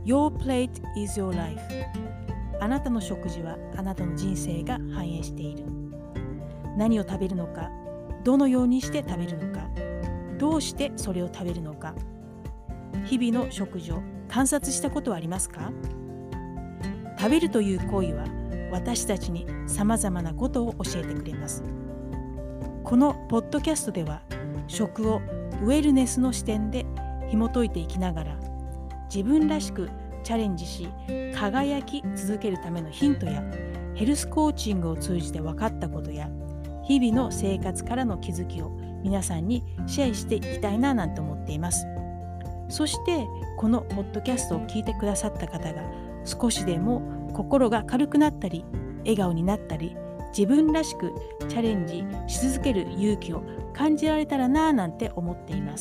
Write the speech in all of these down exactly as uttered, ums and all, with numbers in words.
Your plate is your life. あなたの食事はあなたの人生が反映している。何を食べるのか、どのようにして食べるのか、どうしてそれを食べるのか、日々の食事を観察したことはありますか？食べるという行為は私たちにさまざまなことを教えてくれます。このポッドキャストでは食をウェルネスの視点で紐解いていきながら、自分らしくチャレンジし輝き続けるためのヒントや、ヘルスコーチングを通じて分かったことや、日々の生活からの気づきを皆さんにシェアしていきたいななんて思っています。そしてこのポッドキャストを聞いてくださった方が少しでも心が軽くなったり、笑顔になったり、自分らしくチャレンジし続ける勇気を感じられたらなぁなんて思っています。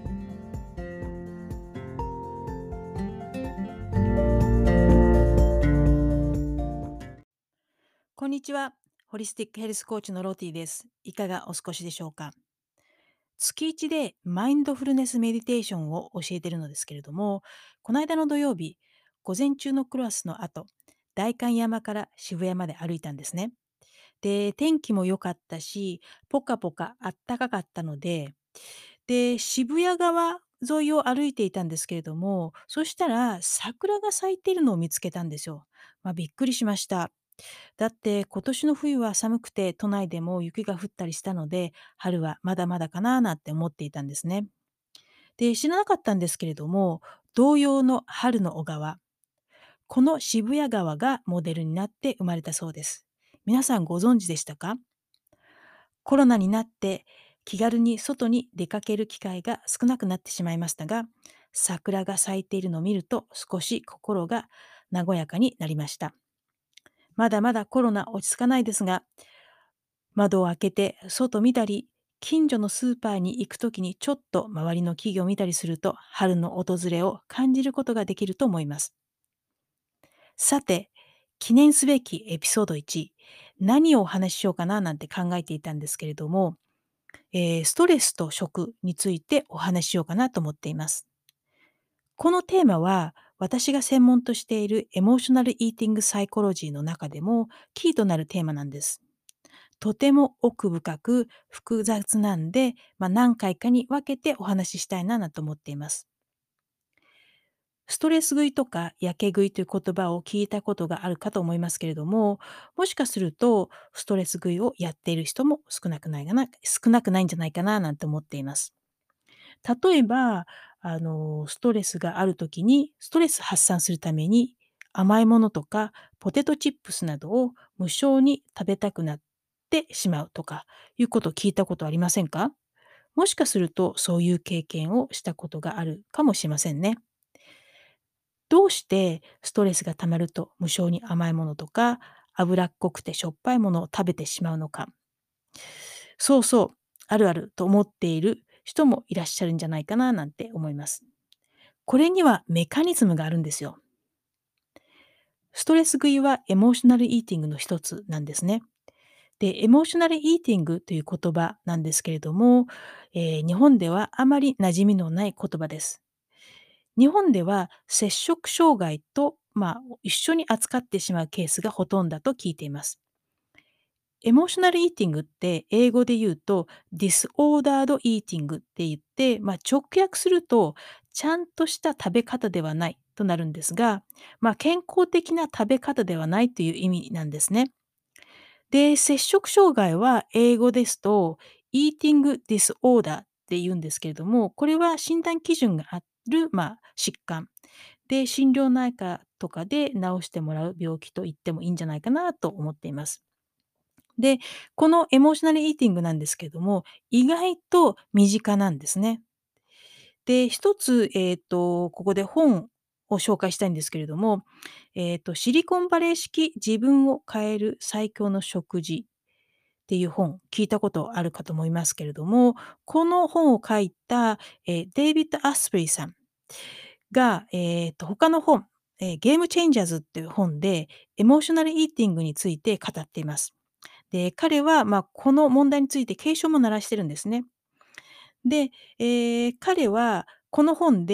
こんにちは。ホリスティックヘルスコーチのローティです。いかがお過ごしでしょうか？月いちでマインドフルネスメディテーションを教えているのですけれども、この間の土曜日、午前中のクラスの後、代官山から渋谷まで歩いたんですね。で、天気も良かったし、ポカポカあったかかったので、で、渋谷川沿いを歩いていたんですけれども、そしたら桜が咲いているのを見つけたんですよ。まあ、びっくりしました。だって今年の冬は寒くて都内でも雪が降ったりしたので、春はまだまだかななんて思っていたんですね。で、知らなかったんですけれども、同様の春の小川、この渋谷川がモデルになって生まれたそうです。皆さんご存知でしたか？コロナになって気軽に外に出かける機会が少なくなってしまいましたが、桜が咲いているのを見ると少し心が和やかになりました。まだまだコロナ落ち着かないですが、窓を開けて外見たり、近所のスーパーに行くときにちょっと周りの木々を見たりすると、春の訪れを感じることができると思います。さて、記念すべきエピソードいち、何をお話ししようかななんて考えていたんですけれども、えーストレスと食についてお話ししようかなと思っています。このテーマは、私が専門としているエモーショナルイーティングサイコロジーの中でもキーとなるテーマなんです。とても奥深く複雑なんで、まあ、何回かに分けてお話ししたいななと思っています。ストレス食いとかやけ食いという言葉を聞いたことがあるかと思いますけれども、もしかするとストレス食いをやっている人も少なくないかな、少なくないんじゃないかななんて思っています。例えば、あの、ストレスがあるときに、ストレス発散するために、甘いものとかポテトチップスなどを無性に食べたくなってしまうとかいうことを聞いたことありませんか？もしかするとそういう経験をしたことがあるかもしれませんね。どうしてストレスが溜まると無性に甘いものとか脂っこくてしょっぱいものを食べてしまうのか。そうそう、あるあると思っている人もいらっしゃるんじゃないかななんて思います。これにはメカニズムがあるんですよ。ストレス食いはエモーショナルイーティングの一つなんですね。で、エモーショナルイーティングという言葉なんですけれども、えー日本ではあまり馴染みのない言葉です。日本では摂食障害と、まあ、一緒に扱ってしまうケースがほとんどだと聞いています。エモーショナルイーティングって英語で言うとディスオーダードイーティングって言って、まあ、直訳するとちゃんとした食べ方ではないとなるんですが、まあ、健康的な食べ方ではないという意味なんですね。で、摂食障害は英語ですと、Eating Disorder って言うんですけれども、これは診断基準がある、まあ、疾患。で、心療内科とかで治してもらう病気と言ってもいいんじゃないかなと思っています。で、このエモーショナルイーティングなんですけれども、意外と身近なんですね。で、一つ、えっと、ここで本を紹介したいんですけれども、えっと、シリコンバレー式自分を変える最強の食事っていう本、聞いたことあるかと思いますけれども、この本を書いた、えーデイビッド・アスプリーさんが、えっと、他の本、えーゲームチェンジャーズっていう本で、エモーショナルイーティングについて語っています。で、彼は、まあ、この問題について警鐘も鳴らしてるんですね。で、えー彼はこの本で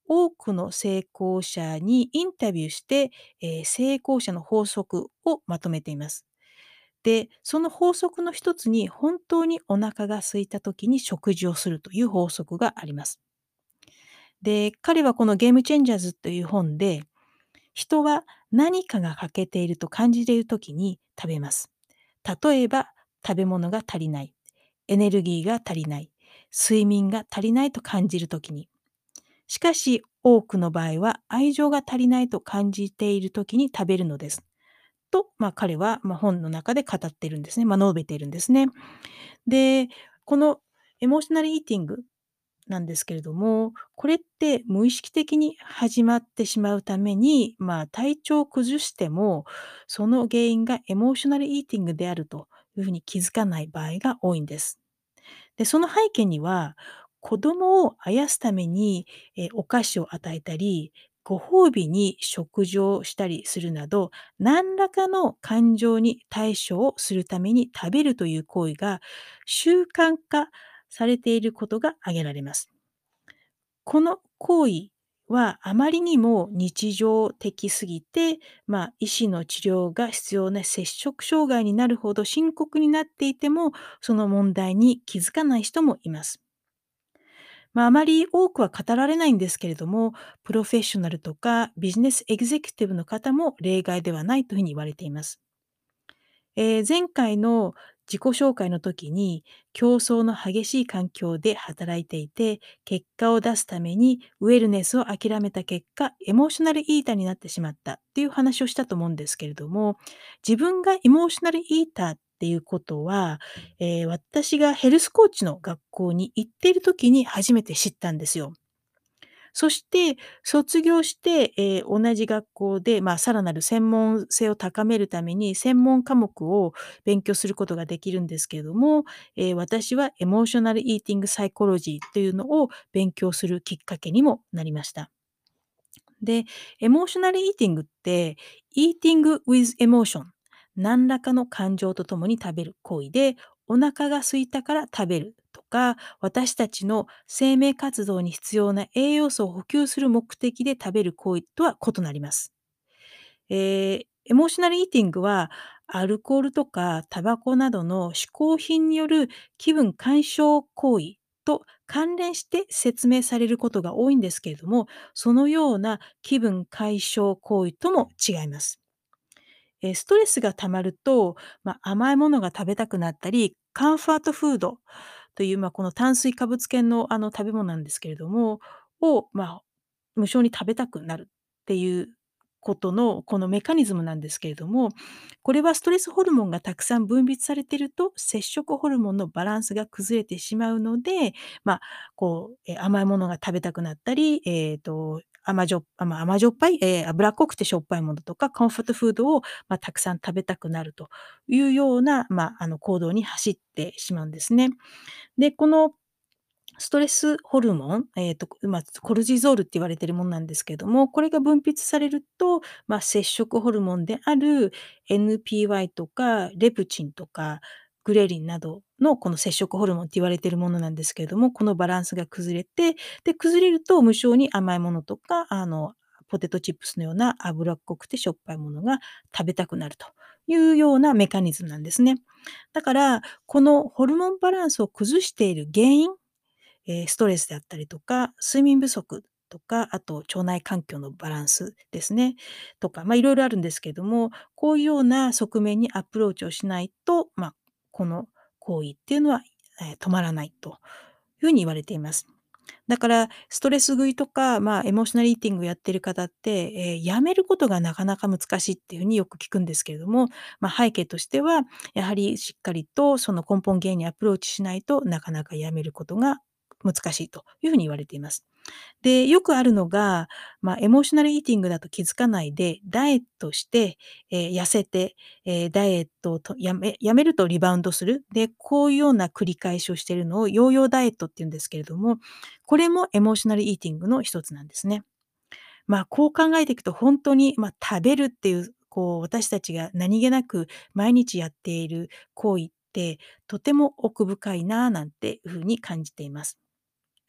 多くの成功者にインタビューして、えー成功者の法則をまとめています。で、その法則の一つに、本当にお腹が空いた時に食事をするという法則があります。で、彼はこのゲームチェンジャーズという本で、人は何かが欠けていると感じている時に食べます。例えば、食べ物が足りない、エネルギーが足りない、睡眠が足りないと感じる時に。しかし、多くの場合は愛情が足りないと感じている時に食べるのです。と、まあ、彼は、まあ、本の中で語っているんですね。まあ、述べているんですね。で、このエモーショナルイーティングなんですけれども、これって無意識的に始まってしまうために、まあ、体調を崩しても、その原因がエモーショナルイーティングであるというふうに気づかない場合が多いんです。で、その背景には、子供をあやすために、え、お菓子を与えたり、ご褒美に食事をしたりするなど、何らかの感情に対処をするために食べるという行為が習慣化されていることが挙げられます。この行為はあまりにも日常的すぎて、まあ、医師の治療が必要な摂食障害になるほど深刻になっていても、その問題に気づかない人もいます。まあ、あまり多くは語られないんですけれども、プロフェッショナルとかビジネスエグゼクティブの方も例外ではないというふうに言われています。えー前回の自己紹介の時に、競争の激しい環境で働いていて、結果を出すためにウェルネスを諦めた結果、エモーショナルイーターになってしまったっていう話をしたと思うんですけれども、自分がエモーショナルイーターっていうことは、えー私がヘルスコーチの学校に行っている時に初めて知ったんですよ。そして卒業して、えー同じ学校で、まあ、さらなる専門性を高めるために、専門科目を勉強することができるんですけれども、えー私はエモーショナルイーティングサイコロジーというのを勉強するきっかけにもなりました。で、エモーショナルイーティングって、イーティング with emotion、何らかの感情とともに食べる行為で、お腹が空いたから食べるとか、私たちの生命活動に必要な栄養素を補給する目的で食べる行為とは異なります。えーエモーショナルイーティングは、アルコールとかタバコなどの嗜好品による気分干渉行為と関連して説明されることが多いんですけれども、そのような気分解消行為とも違います。えーストレスが溜まると、まあ、甘いものが食べたくなったり、カンファートフードという、まあ、この炭水化物系のあの食べ物なんですけれども、を、まあ、無性に食べたくなるっていうことの、このメカニズムなんですけれども、これはストレスホルモンがたくさん分泌されていると、摂食ホルモンのバランスが崩れてしまうので、まあ、こう、え、甘いものが食べたくなったり、えっと、甘じょっあ、ま、甘じょっぱい、えー脂っこくてしょっぱいものとか、コンフォートフードを、まあ、たくさん食べたくなるというような、まあ、あの、行動に走ってしまうんですね。で、このストレスホルモン、えっと、まあ、コルチゾールって言われているものなんですけれども、これが分泌されると、まあ、摂食ホルモンである エヌピーワイ とかレプチンとかグレリンなどのこの摂食ホルモンって言われているものなんですけれども、このバランスが崩れて、で、崩れると無性に甘いものとか、あの、ポテトチップスのような脂っこくてしょっぱいものが食べたくなるというようなメカニズムなんですね。だから、このホルモンバランスを崩している原因、えーストレスであったりとか、睡眠不足とか、あと腸内環境のバランスですね、とか、まあ、いろいろあるんですけども、こういうような側面にアプローチをしないと、まあ、この行為っていうのは、えー止まらないというふうに言われています。だから、ストレス食いとか、まあ、エモーショナルイーティングをやってる方って、えーやめることがなかなか難しいっていうふうによく聞くんですけれども、まあ、背景としては、やはりしっかりとその根本原因にアプローチしないとなかなかやめることが難しいというふうに言われています。で、よくあるのが、まあ、エモーショナルイーティングだと気づかないで、ダイエットして、えー痩せて、えーダイエットをとやめやめるとリバウンドする。で、こういうような繰り返しをしているのをヨーヨーダイエットって言うんですけれども、これもエモーショナルイーティングの一つなんですね。まあ、こう考えていくと本当に、まあ、食べるっていう、こう、私たちが何気なく毎日やっている行為って、とても奥深いなぁなんていう風に感じています。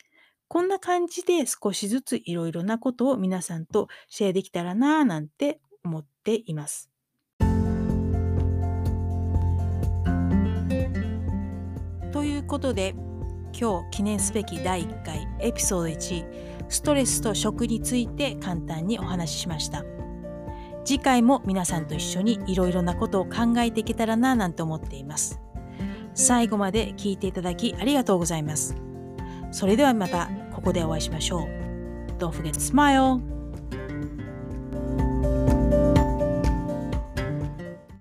こんな感じで少しずついろいろなことを皆さんとシェアできたらなぁなんて思っています。ということで、今日記念すべきだいいっかいエピソードいち、ストレスと食について簡単にお話ししました。次回も皆さんと一緒にいろいろなことを考えていけたらななんて思っています。最後まで聞いていただきありがとうございます。それではまたここでお会いしましょう。Don't forget to smile!